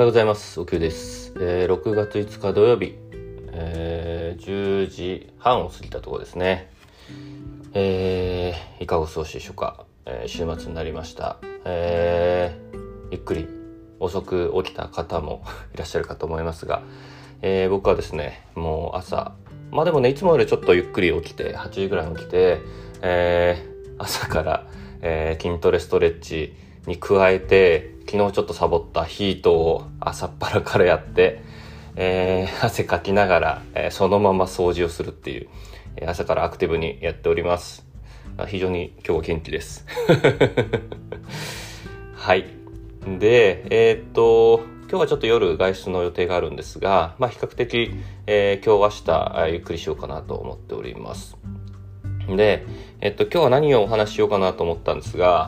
ようございます。おきゅうです。6月5日土曜日、10時半を過ぎたところですね。いかがお過ごしでしょうか。週末になりました。ゆっくり遅く起きた方もいらっしゃるかと思いますが、僕はですね、もう朝、でもね、いつもよりちょっとゆっくり起きて、8時ぐらいに起きて、朝から、筋トレストレッチに加えて、昨日ちょっとサボったヒートを朝っぱらからやって、汗かきながら、そのまま掃除をするっていう、朝からアクティブにやっております。非常に今日は元気ですはい。で、今日はちょっと夜外出の予定があるんですが、比較的、今日明日ゆっくりしようかなと思っております。で、今日は何をお話ししようかなと思ったんですが、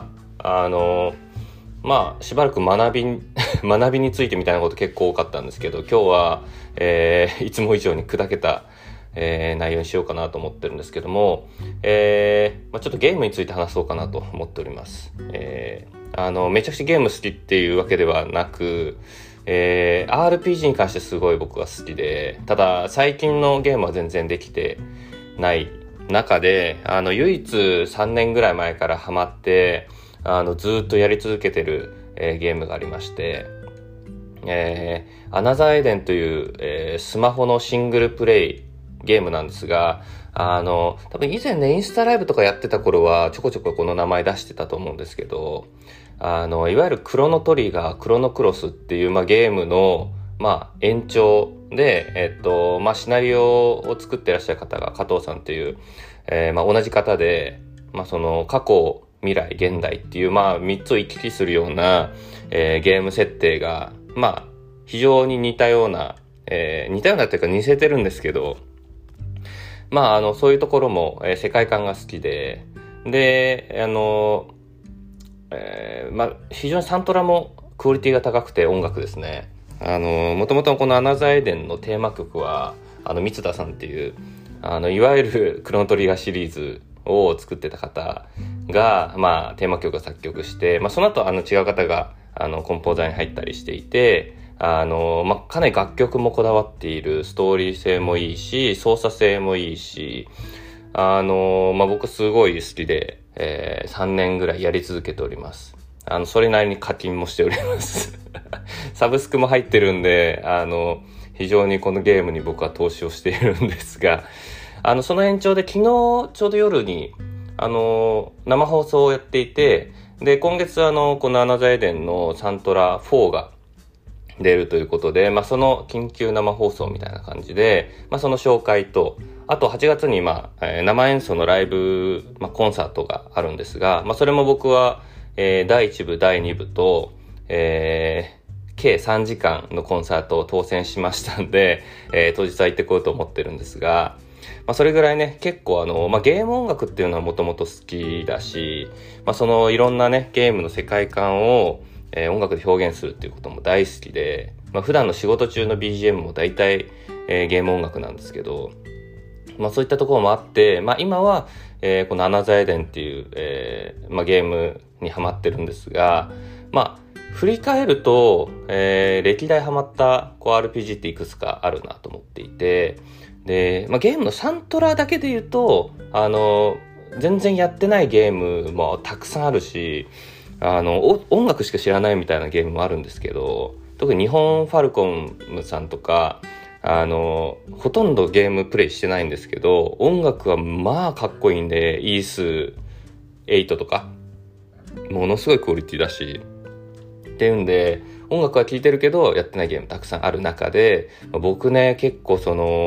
しばらく学びについてみたいなこと結構多かったんですけど、今日は、いつも以上に砕けた、内容にしようかなと思ってるんですけども、ちょっとゲームについて話そうかなと思っております。めちゃくちゃゲーム好きっていうわけではなく、RPG に関してすごい僕は好きで、ただ最近のゲームは全然できてない中で、唯一3年ぐらい前からハマってずっとやり続けてる、ゲームがありまして、アナザーエデンという、スマホのシングルプレイゲームなんですが、多分以前ね、インスタライブとかやってた頃はちょこちょここの名前出してたと思うんですけど、いわゆるクロノトリガー、クロノクロスっていう、ゲームの、延長で、シナリオを作ってらっしゃる方が加藤さんっていう、同じ方で、その過去、未来、現代っていう、3つを行き来するような、ゲーム設定が、非常に似たようなというか似せてるんですけど、そういうところも、世界観が好きで、非常にサントラもクオリティが高くて音楽ですね。もともとこのアナザーエデンのテーマ曲は、三田さんっていう、いわゆるクロノトリガーシリーズを作ってた方が、テーマ曲を作曲して、その後違う方がコンポーザーに入ったりしていて、かなり楽曲もこだわっている、ストーリー性もいいし、操作性もいいし、僕すごい好きで、3年ぐらいやり続けております。それなりに課金もしておりますサブスクも入ってるんで、非常にこのゲームに僕は投資をしているんですが、その延長で昨日ちょうど夜に生放送をやっていて、で今月このアナザーエデンのサントラ4が出るということで、その緊急生放送みたいな感じで、その紹介と、あと8月に生演奏のライブ、コンサートがあるんですが、それも僕は、第1部第2部と、計3時間のコンサートを当選しましたんで、当日は行ってこようと思ってるんですが、それぐらいね、結構ゲーム音楽っていうのはもともと好きだし、そのいろんなね、ゲームの世界観を、音楽で表現するっていうことも大好きで、普段の仕事中の BGM も大体、ゲーム音楽なんですけど、そういったところもあって、今は、このアナザーエデンっていう、ゲームにハマってるんですが、振り返ると、歴代ハマったRPG っていくつかあるなと思っていて、で、ゲームのサントラだけで言うと、全然やってないゲームもたくさんあるし、音楽しか知らないみたいなゲームもあるんですけど、特に日本ファルコムさんとか、ほとんどゲームプレイしてないんですけど、音楽はかっこいいんで、イース8とか、ものすごいクオリティだし、っていうんで、音楽は聴いてるけど、やってないゲームたくさんある中で、僕ね、結構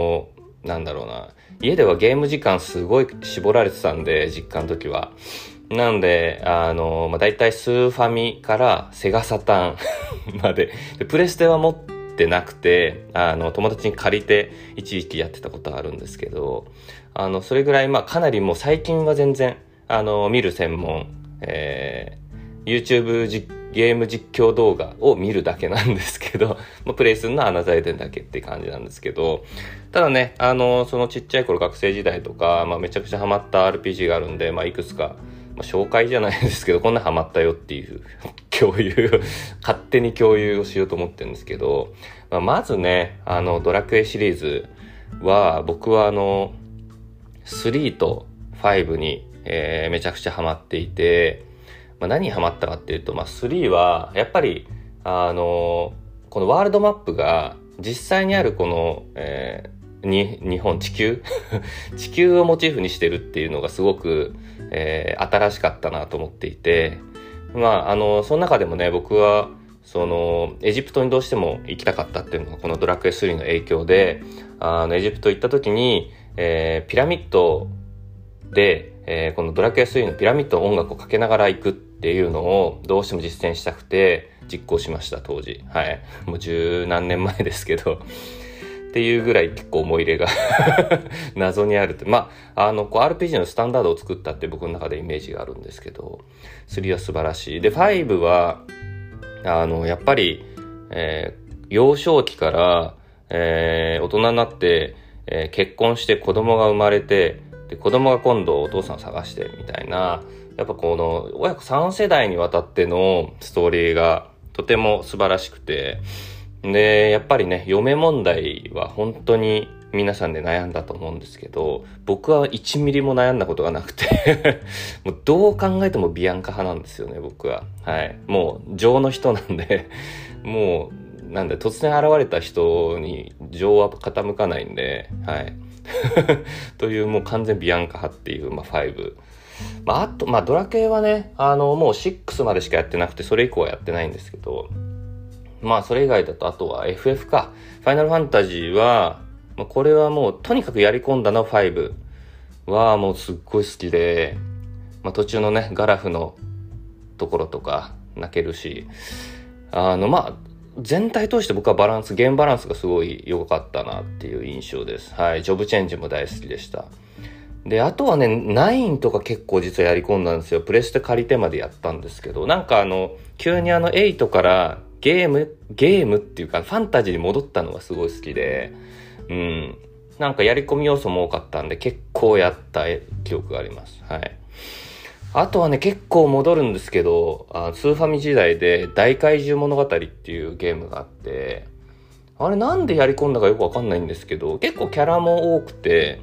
家ではゲーム時間すごい絞られてたんで、実家の時は。なんで、だいたいスーファミからセガサターンまで、プレステは持ってなくて、友達に借りて一時期やってたことあるんですけど、それぐらい、かなりもう最近は全然、見る専門、YouTube ゲーム実況動画を見るだけなんですけど、プレイするのはアナザーエデンだけって感じなんですけど、ただね、そのちっちゃい頃学生時代とか、めちゃくちゃハマった RPG があるんで、いくつか、 紹介じゃないですけど、こんなハマったよっていう勝手に共有をしようと思ってるんですけど、まずね、ドラクエシリーズは、僕は3と5に、めちゃくちゃハマっていて、何にハマったかっていうと、3は、やっぱり、このワールドマップが、実際にあるこの、日本、地球地球をモチーフにしてるっていうのがすごく、新しかったなと思っていて、その中でもね、僕はエジプトにどうしても行きたかったっていうのがこのドラクエ3の影響で、エジプト行った時に、ピラミッドで、このドラクエ3のピラミッドの音楽をかけながら行くっていうのをどうしても実践したくて実行しました、当時。はい。もう十何年前ですけど。っていうぐらい結構思い入れが謎にあるって。RPG のスタンダードを作ったって僕の中でイメージがあるんですけど、3は素晴らしい。で、5は、やっぱり、幼少期から、大人になって、結婚して子供が生まれて、で、子供が今度お父さんを探してみたいな、やっぱこの親子3世代にわたってのストーリーがとても素晴らしくて、で、やっぱりね、嫁問題は本当に皆さんで悩んだと思うんですけど、僕は1ミリも悩んだことがなくてもうどう考えてもビアンカ派なんですよね、僕は。はい。もう情の人なんでもう、突然現れた人に情は傾かないんで、はい。というもう完全ビアンカ派っていう、5。あと、ドラクエはね、もう6までしかやってなくて、それ以降はやってないんですけど、それ以外だと、あとは FF か。ファイナルファンタジーは、これはもうとにかくやり込んだの5はもうすっごい好きで、途中のね、ガラフのところとか泣けるし、全体通して僕はゲームバランスがすごい良かったなっていう印象です。はい。ジョブチェンジも大好きでした。で、あとはね、9とか結構実はやり込んだんですよ。プレステ借りてまでやったんですけど、急に8からゲームっていうか、ファンタジーに戻ったのがすごい好きで、やり込み要素も多かったんで、結構やった記憶があります。はい。あとはね、結構戻るんですけど、スーファミ時代で大怪獣物語っていうゲームがあって、あれなんでやり込んだかよくわかんないんですけど、結構キャラも多くて、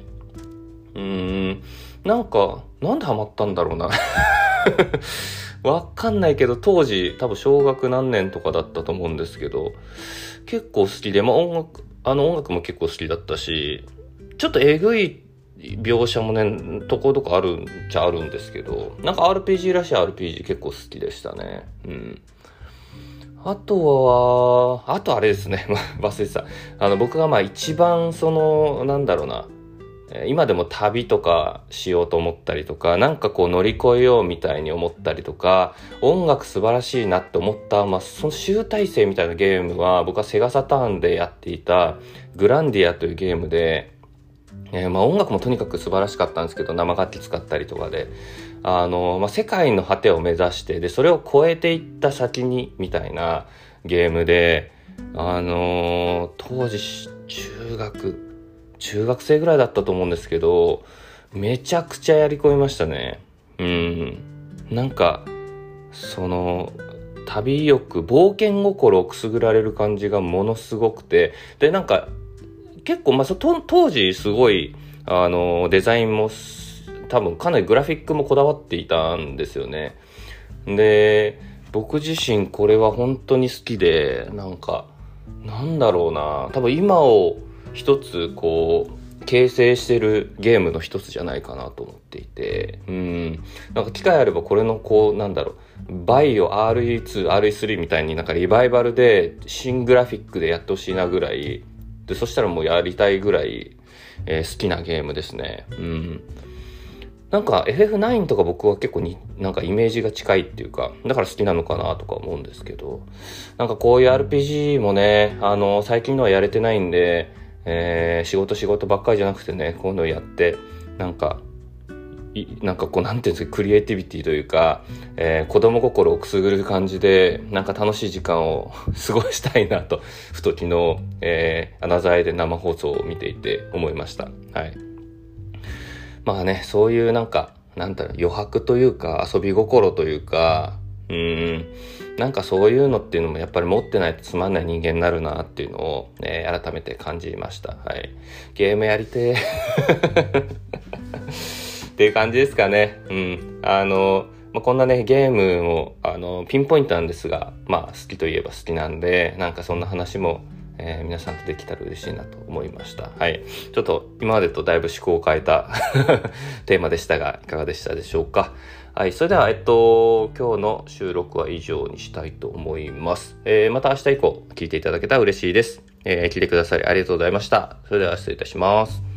なんでハマったんだろうな。わかんないけど、当時多分小学何年とかだったと思うんですけど、結構好きで、音楽も結構好きだったし、ちょっとえぐい描写もね、とこどこあるんちゃあるんですけど、RPG らしい RPG 結構好きでしたね。あとあれですね。忘れてた。僕が一番今でも旅とかしようと思ったりとか、乗り越えようみたいに思ったりとか、音楽素晴らしいなって思った、その集大成みたいなゲームは、僕はセガサターンでやっていたグランディアというゲームで、音楽もとにかく素晴らしかったんですけど、生楽器使ったりとかで、世界の果てを目指して、で、それを超えていった先に、みたいなゲームで、当時、中学生ぐらいだったと思うんですけど、めちゃくちゃやり込みましたね。旅欲、冒険心をくすぐられる感じがものすごくて、で、結構、当時すごい、デザインも、多分かなりグラフィックもこだわっていたんですよね。で、僕自身これは本当に好きで、多分今を一つ形成してるゲームの一つじゃないかなと思っていて、機会あればこれのバイオ RE2、RE3 みたいにリバイバルで新グラフィックでやってほしいなぐらいで、そしたらもうやりたいぐらい、好きなゲームですね。FF9 とか僕は結構イメージが近いっていうか、だから好きなのかなとか思うんですけど、こういう RPG もね、最近のはやれてないんで、仕事ばっかりじゃなくてね、こういうのをやって、なんていうんですか、クリエイティビティというか、子供心をくすぐる感じで、楽しい時間を過ごしたいなと、ふと昨日、アナザーで生放送を見ていて思いました。はい。そういうなんだろう、余白というか遊び心というか、なんかそういうのっていうのもやっぱり持ってないとつまんない人間になるなっていうのを、改めて感じました。はい。ゲームやりてっていう感じですかね。こんなね、ゲームも、ピンポイントなんですが、好きといえば好きなんで、なんかそんな話も、皆さんとできたら嬉しいなと思いました。はい。ちょっと今までとだいぶ思考を変えたテーマでしたが、いかがでしたでしょうか。はい。それでは、今日の収録は以上にしたいと思います。また明日以降聞いていただけたら嬉しいです。聞いてくださりありがとうございました。それでは失礼いたします。